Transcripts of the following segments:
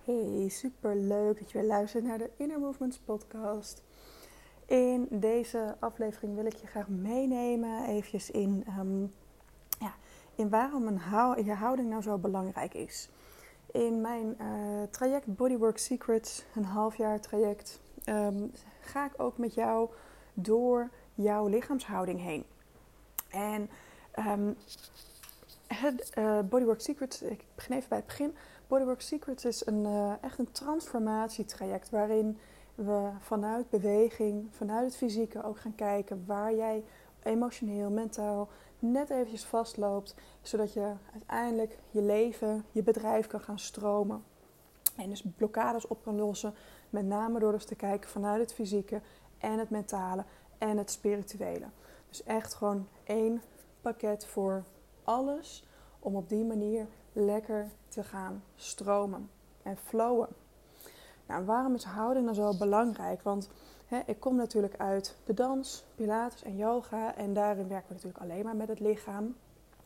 Hey, super leuk dat je weer luistert naar de Inner Movements podcast. In deze aflevering wil ik je graag meenemen eventjes in waarom je houding nou zo belangrijk is. In mijn traject Bodywork Secrets, een halfjaar traject, ga ik ook met jou door jouw lichaamshouding heen. En Bodywork Secrets, ik begin even bij het begin. Bodywork Secrets is echt een transformatietraject waarin we vanuit beweging, vanuit het fysieke ook gaan kijken waar jij emotioneel, mentaal net eventjes vastloopt, zodat je uiteindelijk je leven, je bedrijf kan gaan stromen. En dus blokkades op kan lossen, met name door dus te kijken vanuit het fysieke en het mentale en het spirituele. Dus echt gewoon één pakket voor alles om op die manier lekker te gaan stromen en flowen. Nou, waarom is houding nou zo belangrijk? Want ik kom natuurlijk uit de dans, pilates en yoga en daarin werken we natuurlijk alleen maar met het lichaam.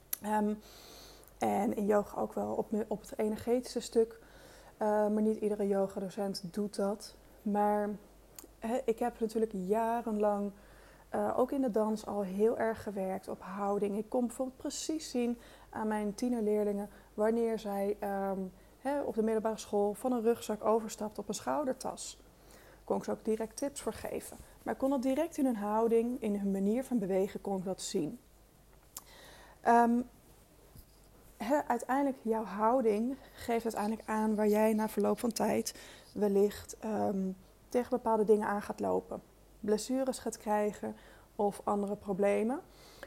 En in yoga ook wel op het energetische stuk, maar niet iedere yogadocent doet dat. Maar ik heb natuurlijk jarenlang ook in de dans al heel erg gewerkt op houding. Ik kon bijvoorbeeld precies zien aan mijn tienerleerlingen wanneer zij op de middelbare school van een rugzak overstapt op een schoudertas. Daar kon ik ze ook direct tips voor geven. Maar ik kon dat direct in hun houding, in hun manier van bewegen, kon ik dat zien. Uiteindelijk, jouw houding geeft uiteindelijk aan waar jij na verloop van tijd wellicht tegen bepaalde dingen aan gaat lopen. Blessures gaat krijgen of andere problemen.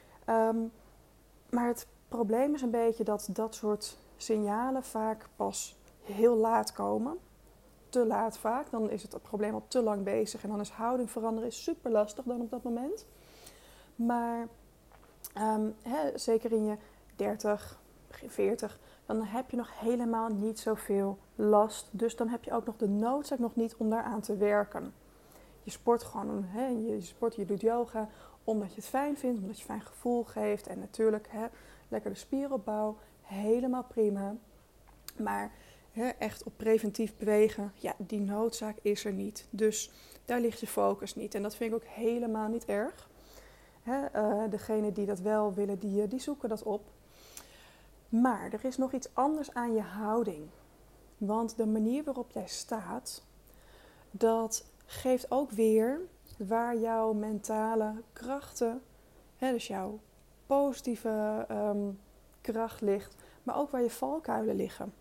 Maar het probleem is een beetje dat soort signalen vaak pas heel laat komen. Te laat vaak. Dan is het probleem al te lang bezig. En dan is houding veranderen is super lastig dan op dat moment. Maar zeker in je 30, begin 40, dan heb je nog helemaal niet zoveel last. Dus dan heb je ook nog de noodzaak nog niet om daaraan te werken. Je sport gewoon, je doet yoga omdat je het fijn vindt, omdat je een fijn gevoel geeft. En natuurlijk lekker de spieropbouw, helemaal prima. Maar echt op preventief bewegen, ja, die noodzaak is er niet. Dus daar ligt je focus niet. En dat vind ik ook helemaal niet erg. Degenen die dat wel willen, die zoeken dat op. Maar er is nog iets anders aan je houding. Want de manier waarop jij staat, dat geeft ook weer waar jouw mentale krachten, dus jouw positieve kracht ligt, maar ook waar je valkuilen liggen.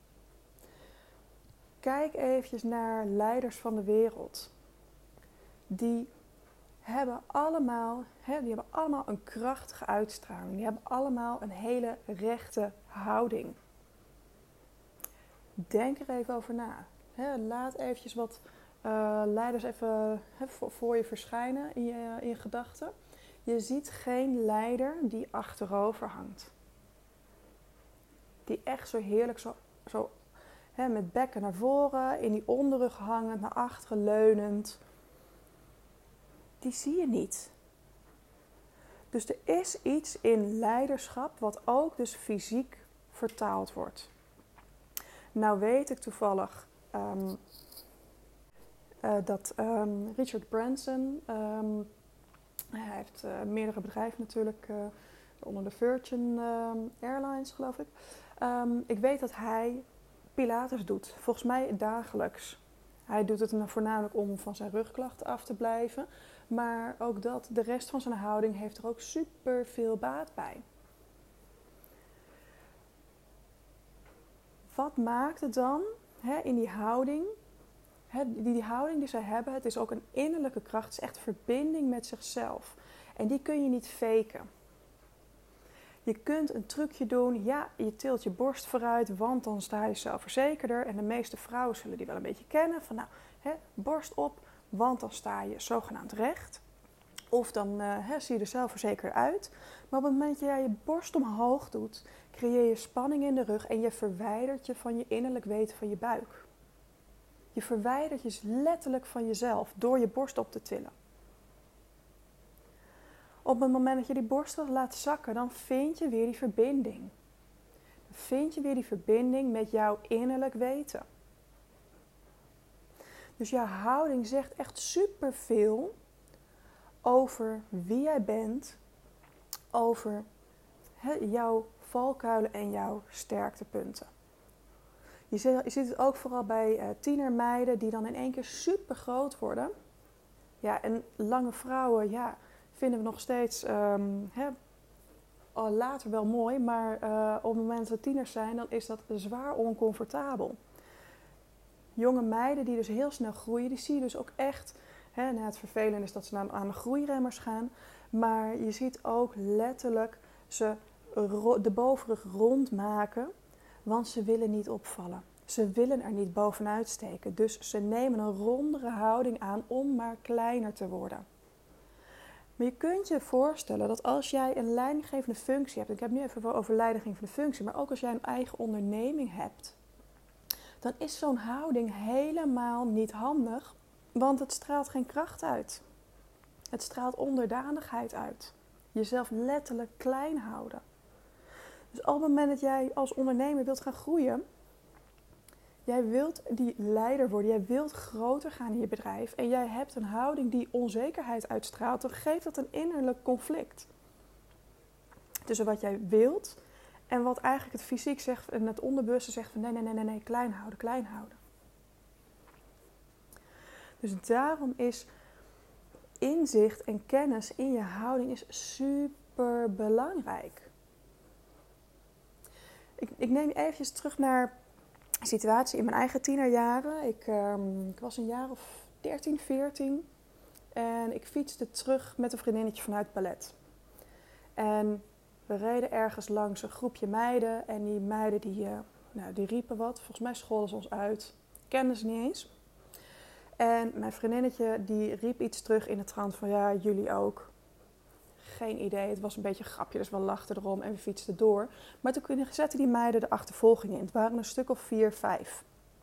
Kijk eventjes naar leiders van de wereld. Die hebben allemaal een krachtige uitstraling. Die hebben allemaal een hele rechte houding. Denk er even over na. Laat eventjes wat leiders even voor je verschijnen in je gedachten. Je ziet geen leider die achterover hangt. Die echt zo heerlijk zo met bekken naar voren, in die onderrug hangend, naar achteren leunend. Die zie je niet. Dus er is iets in leiderschap wat ook dus fysiek vertaald wordt. Nou weet ik toevallig dat Richard Branson, hij heeft meerdere bedrijven natuurlijk, onder de Virgin Airlines geloof ik. Ik weet dat hij pilates doet, volgens mij dagelijks. Hij doet het voornamelijk om van zijn rugklachten af te blijven. Maar ook de rest van zijn houding heeft er ook super veel baat bij. Wat maakt het dan in die houding? Die houding die zij hebben, het is ook een innerlijke kracht. Het is echt verbinding met zichzelf. En die kun je niet faken. Je kunt een trucje doen. Ja, je tilt je borst vooruit, want dan sta je zelfverzekerder. En de meeste vrouwen zullen die wel een beetje kennen. Van borst op, want dan sta je zogenaamd recht. Of dan zie je er zelfverzekerd uit. Maar op het moment dat jij je borst omhoog doet, creëer je spanning in de rug en je verwijdert je van je innerlijk weten van je buik. Je verwijdert je letterlijk van jezelf door je borst op te tillen. Op het moment dat je die borst laat zakken, dan vind je weer die verbinding. Dan vind je weer die verbinding met jouw innerlijk weten. Dus jouw houding zegt echt superveel over wie jij bent, over jouw valkuilen en jouw sterktepunten. Je ziet het ook vooral bij tienermeiden die dan in één keer super groot worden. Ja, en lange vrouwen, ja, vinden we nog steeds later wel mooi, maar op het moment dat ze tieners zijn, dan is dat zwaar oncomfortabel. Jonge meiden die dus heel snel groeien, die zie je dus ook echt. Het vervelende is dat ze aan de groeiremmers gaan. Maar je ziet ook letterlijk ze de bovenrug rond maken, want ze willen niet opvallen. Ze willen er niet bovenuit steken. Dus ze nemen een rondere houding aan om maar kleiner te worden. Maar je kunt je voorstellen dat als jij een leidinggevende functie hebt, ik heb nu even over leidinggevende functie, maar ook als jij een eigen onderneming hebt, dan is zo'n houding helemaal niet handig, want het straalt geen kracht uit. Het straalt onderdanigheid uit. Jezelf letterlijk klein houden. Dus op het moment dat jij als ondernemer wilt gaan groeien, jij wilt die leider worden, jij wilt groter gaan in je bedrijf en jij hebt een houding die onzekerheid uitstraalt, dan geeft dat een innerlijk conflict. Tussen wat jij wilt en wat eigenlijk het fysiek zegt en het onderbewuste zegt van nee, klein houden, klein houden. Dus daarom is inzicht en kennis in je houding is super belangrijk. Ik neem je eventjes terug naar een situatie in mijn eigen tienerjaren. Ik was een jaar of 13, 14 en ik fietste terug met een vriendinnetje vanuit ballet. En we reden ergens langs een groepje meiden en die meiden die riepen wat. Volgens mij scholden ze ons uit. Kenden ze niet eens. En mijn vriendinnetje die riep iets terug in de trant van ja, jullie ook. Geen idee, het was een beetje een grapje, dus we lachten erom en we fietsten door. Maar toen zetten die meiden de achtervolging in. Het waren een stuk of 4, 5.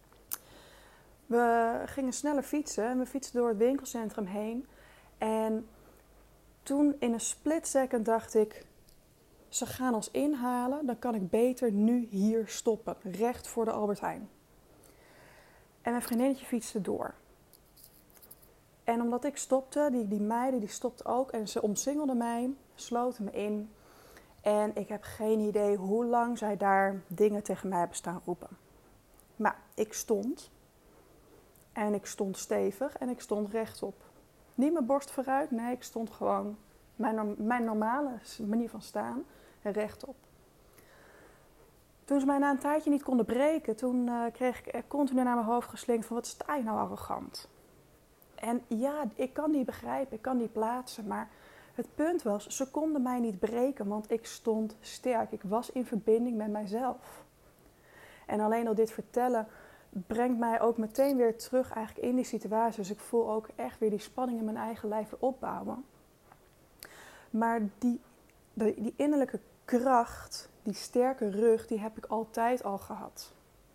We gingen sneller fietsen en we fietsten door het winkelcentrum heen. En toen in een split second dacht ik, ze gaan ons inhalen, dan kan ik beter nu hier stoppen, recht voor de Albert Heijn. En mijn vriendinnetje fietste door. En omdat ik stopte, die meiden die stopten ook en ze omsingelden mij, sloten me in. En ik heb geen idee hoe lang zij daar dingen tegen mij hebben staan roepen. Maar ik stond. En ik stond stevig en ik stond rechtop. Niet mijn borst vooruit, nee, ik stond gewoon mijn normale manier van staan rechtop. Toen ze mij na een tijdje niet konden breken, toen kreeg ik continu naar mijn hoofd geslinkt van wat sta je nou arrogant. En ja, ik kan die begrijpen, ik kan die plaatsen, maar het punt was, ze konden mij niet breken, want ik stond sterk. Ik was in verbinding met mijzelf. En alleen al dit vertellen brengt mij ook meteen weer terug eigenlijk in die situatie. Dus ik voel ook echt weer die spanning in mijn eigen lijf weer opbouwen. Maar die innerlijke kracht, die sterke rug, die heb ik altijd al gehad.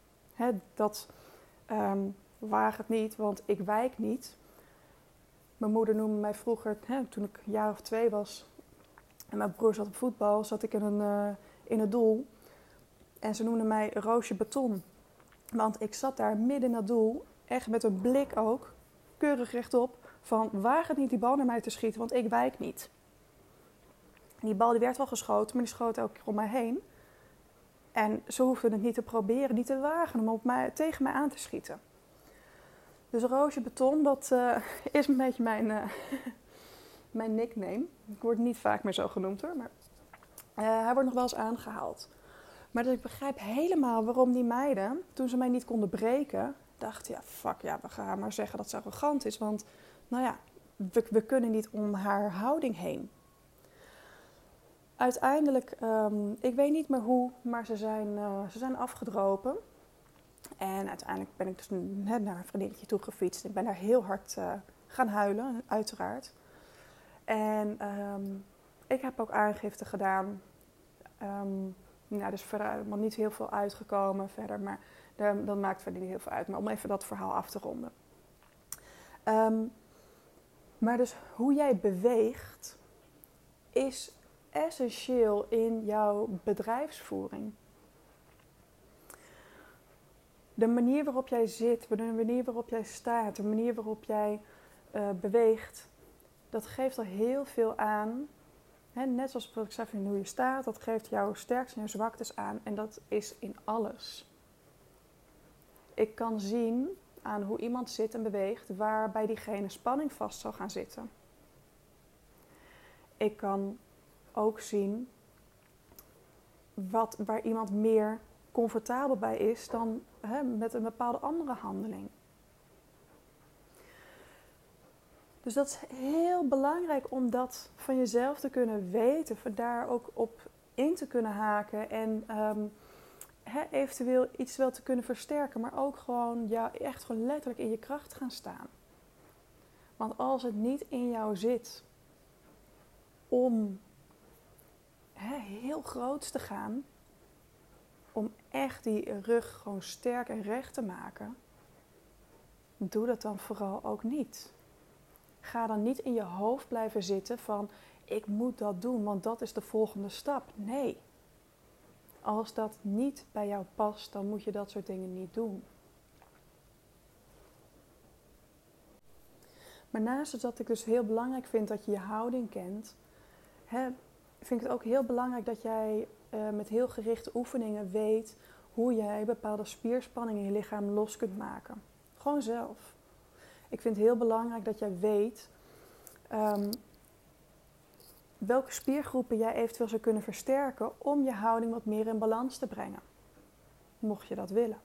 Waag het niet, want ik wijk niet. Mijn moeder noemde mij vroeger, toen ik een jaar of 2 was, en mijn broer zat op voetbal, zat ik in het doel. En ze noemde mij Roosje Beton. Want ik zat daar midden in het doel, echt met een blik ook, keurig rechtop, van waag het niet die bal naar mij te schieten, want ik wijk niet. En die bal die werd wel geschoten, maar die schoot elke keer om mij heen. En ze hoefden het niet te proberen, niet te wagen om tegen mij aan te schieten. Dus Roosje Beton, dat is een beetje mijn nickname. Ik word niet vaak meer zo genoemd hoor, maar hij wordt nog wel eens aangehaald. Maar dus ik begrijp helemaal waarom die meiden, toen ze mij niet konden breken, dachten we gaan maar zeggen dat ze arrogant is. Want we kunnen niet om haar houding heen. Uiteindelijk, ik weet niet meer hoe, maar ze zijn afgedropen. En uiteindelijk ben ik dus net naar een vriendinnetje toe gefietst. Ik ben daar heel hard gaan huilen, uiteraard. En ik heb ook aangifte gedaan. Dus verder helemaal niet heel veel uitgekomen verder. Maar dat maakt verder niet heel veel uit. Maar om even dat verhaal af te ronden. Maar dus hoe jij beweegt is essentieel in jouw bedrijfsvoering. De manier waarop jij zit, de manier waarop jij staat, de manier waarop jij beweegt, dat geeft al heel veel aan. Hè, net zoals wat ik zei van hoe je staat, dat geeft jouw sterktes en je zwaktes aan. En dat is in alles. Ik kan zien aan hoe iemand zit en beweegt, waar bij diegene spanning vast zal gaan zitten. Ik kan ook zien waar iemand meer comfortabel bij is dan met een bepaalde andere handeling. Dus dat is heel belangrijk om dat van jezelf te kunnen weten, voor daar ook op in te kunnen haken en eventueel iets wel te kunnen versterken, maar ook gewoon echt gewoon letterlijk in je kracht gaan staan. Want als het niet in jou zit om heel groots te gaan, om echt die rug gewoon sterk en recht te maken, doe dat dan vooral ook niet. Ga dan niet in je hoofd blijven zitten van ik moet dat doen, want dat is de volgende stap. Nee. Als dat niet bij jou past, dan moet je dat soort dingen niet doen. Maar naast dat ik dus heel belangrijk vind dat je je houding kent, vind ik het ook heel belangrijk dat jij met heel gerichte oefeningen weet hoe jij bepaalde spierspanningen in je lichaam los kunt maken. Gewoon zelf. Ik vind het heel belangrijk dat jij weet welke spiergroepen jij eventueel zou kunnen versterken om je houding wat meer in balans te brengen. Mocht je dat willen.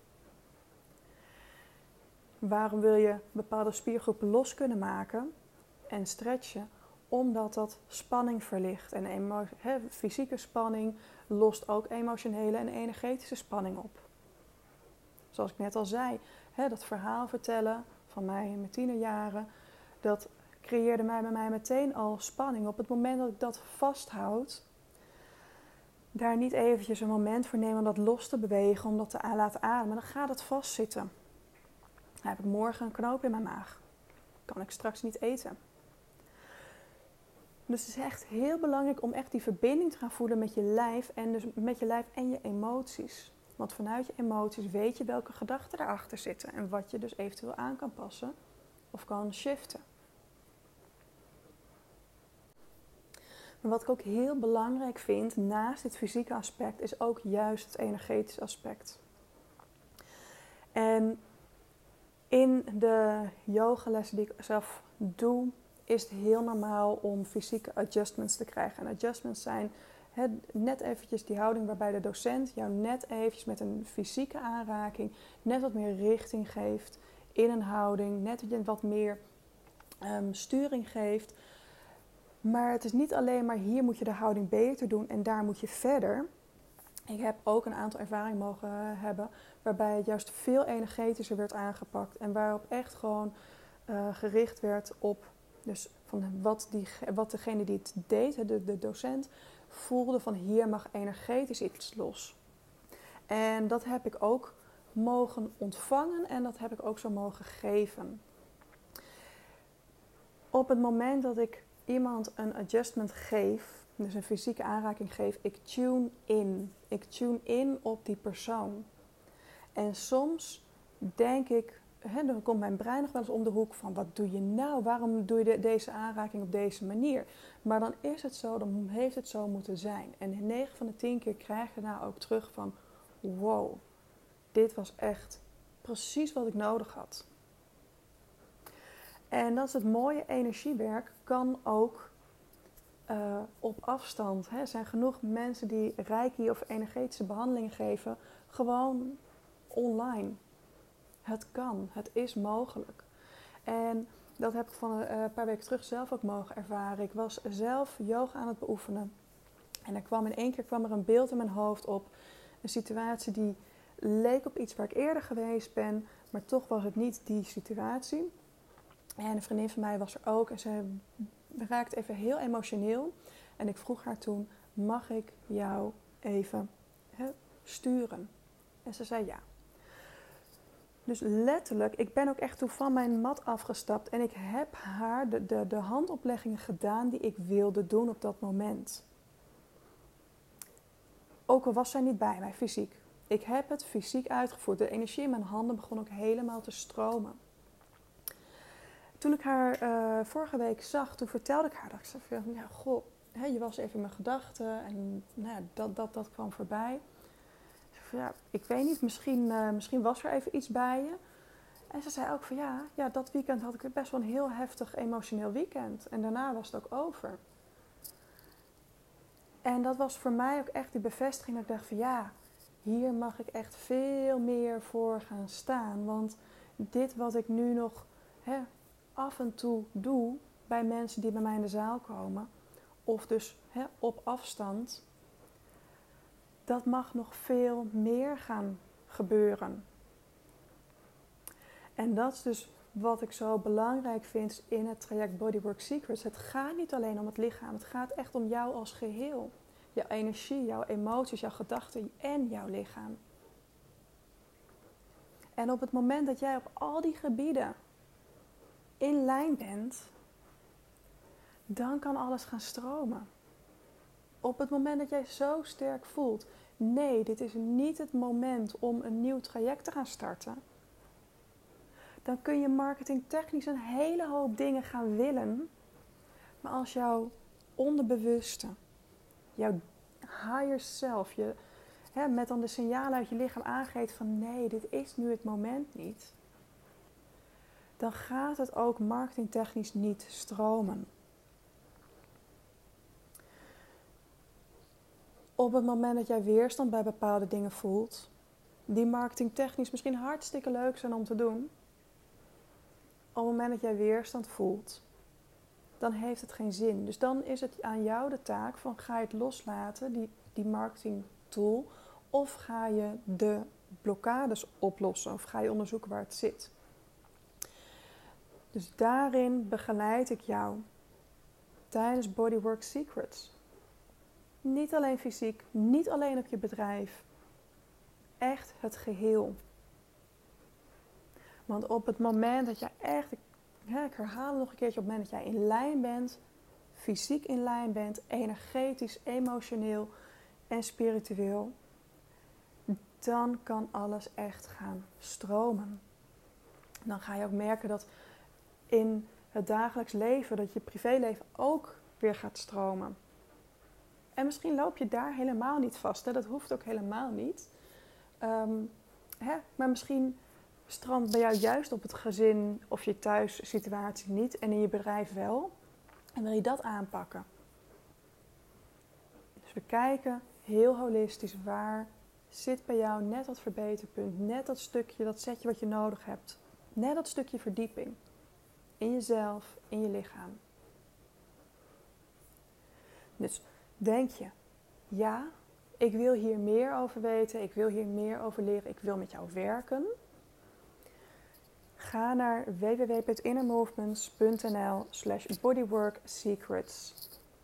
Waarom wil je bepaalde spiergroepen los kunnen maken en stretchen? Omdat dat spanning verlicht. En fysieke spanning lost ook emotionele en energetische spanning op. Zoals ik net al zei, dat verhaal vertellen van mij in mijn tienerjaren, dat creëerde bij mij meteen al spanning. Op het moment dat ik dat vasthoud, daar niet eventjes een moment voor nemen om dat los te bewegen, om dat te laten ademen, dan gaat het vastzitten. Dan heb ik morgen een knoop in mijn maag. Kan ik straks niet eten. Dus het is echt heel belangrijk om echt die verbinding te gaan voelen met je lijf en dus met je lijf en je emoties. Want vanuit je emoties weet je welke gedachten erachter zitten en wat je dus eventueel aan kan passen of kan shiften. Maar wat ik ook heel belangrijk vind naast dit fysieke aspect is ook juist het energetische aspect. En in de yogalessen die ik zelf doe, is het heel normaal om fysieke adjustments te krijgen. En adjustments zijn net eventjes die houding waarbij de docent jou net eventjes met een fysieke aanraking net wat meer richting geeft in een houding, net wat meer sturing geeft. Maar het is niet alleen maar hier moet je de houding beter doen en daar moet je verder. Ik heb ook een aantal ervaringen mogen hebben waarbij het juist veel energetischer werd aangepakt. En waarop echt gewoon gericht werd op dus van wat degene die het deed, de docent, voelde van hier mag energetisch iets los. En dat heb ik ook mogen ontvangen en dat heb ik ook zo mogen geven. Op het moment dat ik iemand een adjustment geef, dus een fysieke aanraking geef, ik tune in. Ik tune in op die persoon. En soms denk ik, dan komt mijn brein nog wel eens om de hoek van, wat doe je nou? Waarom doe je deze aanraking op deze manier? Maar dan is het zo, dan heeft het zo moeten zijn. En 9 van de 10 keer krijg je nou ook terug van, wow, dit was echt precies wat ik nodig had. En dat is het mooie, energiewerk kan ook op afstand. Er zijn genoeg mensen die reiki of energetische behandelingen geven, gewoon online. Het kan, het is mogelijk. En dat heb ik van een paar weken terug zelf ook mogen ervaren. Ik was zelf yoga aan het beoefenen. En in één keer kwam er een beeld in mijn hoofd op. Een situatie die leek op iets waar ik eerder geweest ben, maar toch was het niet die situatie. En een vriendin van mij was er ook en ze raakte even heel emotioneel. En ik vroeg haar toen, mag ik jou even sturen? En ze zei ja. Dus letterlijk, ik ben ook echt toen van mijn mat afgestapt. En ik heb haar de handopleggingen gedaan die ik wilde doen op dat moment. Ook al was zij niet bij mij fysiek. Ik heb het fysiek uitgevoerd. De energie in mijn handen begon ook helemaal te stromen. Toen ik haar vorige week zag, toen vertelde ik haar dat ik zei van, ja, goh, je was even in mijn gedachten en nou ja, dat kwam voorbij. Ik zei van, ja, ik weet niet, misschien was er even iets bij je. En ze zei ook van, ja, dat weekend had ik best wel een heel heftig emotioneel weekend. En daarna was het ook over. En dat was voor mij ook echt die bevestiging dat ik dacht van, ja, hier mag ik echt veel meer voor gaan staan. Want dit wat ik nu nog af en toe doe bij mensen die bij mij in de zaal komen, of dus op afstand, dat mag nog veel meer gaan gebeuren. En dat is dus wat ik zo belangrijk vind in het traject Bodywork Secrets. Het gaat niet alleen om het lichaam, het gaat echt om jou als geheel. Jouw energie, jouw emoties, jouw gedachten en jouw lichaam. En op het moment dat jij op al die gebieden in lijn bent, dan kan alles gaan stromen. Op het moment dat jij zo sterk voelt, nee, dit is niet het moment om een nieuw traject te gaan starten, dan kun je marketingtechnisch een hele hoop dingen gaan willen. Maar als jouw onderbewuste, jouw higher self, met dan de signalen uit je lichaam aangeeft van nee, dit is nu het moment niet, dan gaat het ook marketingtechnisch niet stromen. Op het moment dat jij weerstand bij bepaalde dingen voelt, die marketingtechnisch misschien hartstikke leuk zijn om te doen, op het moment dat jij weerstand voelt, dan heeft het geen zin. Dus dan is het aan jou de taak van, ga je het loslaten, die marketing tool, of ga je de blokkades oplossen, of ga je onderzoeken waar het zit. Dus daarin begeleid ik jou tijdens Bodywork Secrets. Niet alleen fysiek, niet alleen op je bedrijf. Echt het geheel. Want op het moment dat jij echt, ik herhaal het nog een keertje, op het moment dat jij in lijn bent, fysiek in lijn bent, energetisch, emotioneel en spiritueel, dan kan alles echt gaan stromen. Dan ga je ook merken dat in het dagelijks leven, dat je privéleven ook weer gaat stromen. En misschien loop je daar helemaal niet vast. Hè? Dat hoeft ook helemaal niet. Maar misschien strandt bij jou juist op het gezin of je thuissituatie niet en in je bedrijf wel. En wil je dat aanpakken. Dus we kijken heel holistisch waar zit bij jou net dat verbeterpunt. Net dat stukje, dat setje wat je nodig hebt. Net dat stukje verdieping. In jezelf, in je lichaam. Dus denk je, ja, ik wil hier meer over weten, ik wil hier meer over leren, ik wil met jou werken. Ga naar www.innermovements.nl/bodyworksecrets.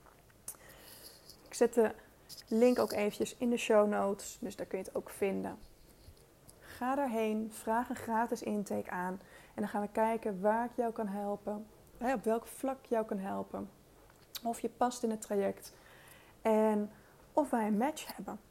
Ik zet de link ook eventjes in de show notes, dus daar kun je het ook vinden. Ga daarheen, vraag een gratis intake aan en dan gaan we kijken waar ik jou kan helpen, op welk vlak ik jou kan helpen, of je past in het traject en of wij een match hebben.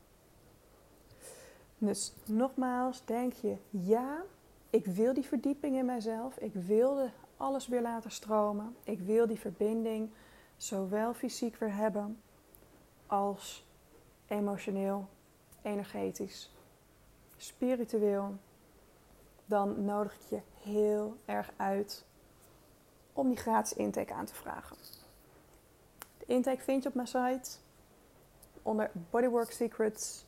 Dus nogmaals, denk je, ja, ik wil die verdieping in mijzelf, ik wil alles weer laten stromen, ik wil die verbinding zowel fysiek weer hebben als emotioneel, energetisch, spiritueel, dan nodig ik je heel erg uit om die gratis intake aan te vragen. De intake vind je op mijn site onder Bodywork Secrets.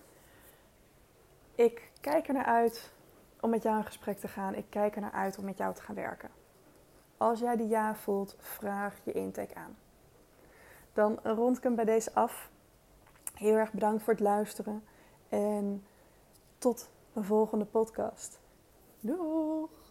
Ik kijk er naar uit om met jou in gesprek te gaan. Ik kijk er naar uit om met jou te gaan werken. Als jij die ja voelt, vraag je intake aan. Dan rond ik hem bij deze af. Heel erg bedankt voor het luisteren. En tot een volgende podcast. Doei!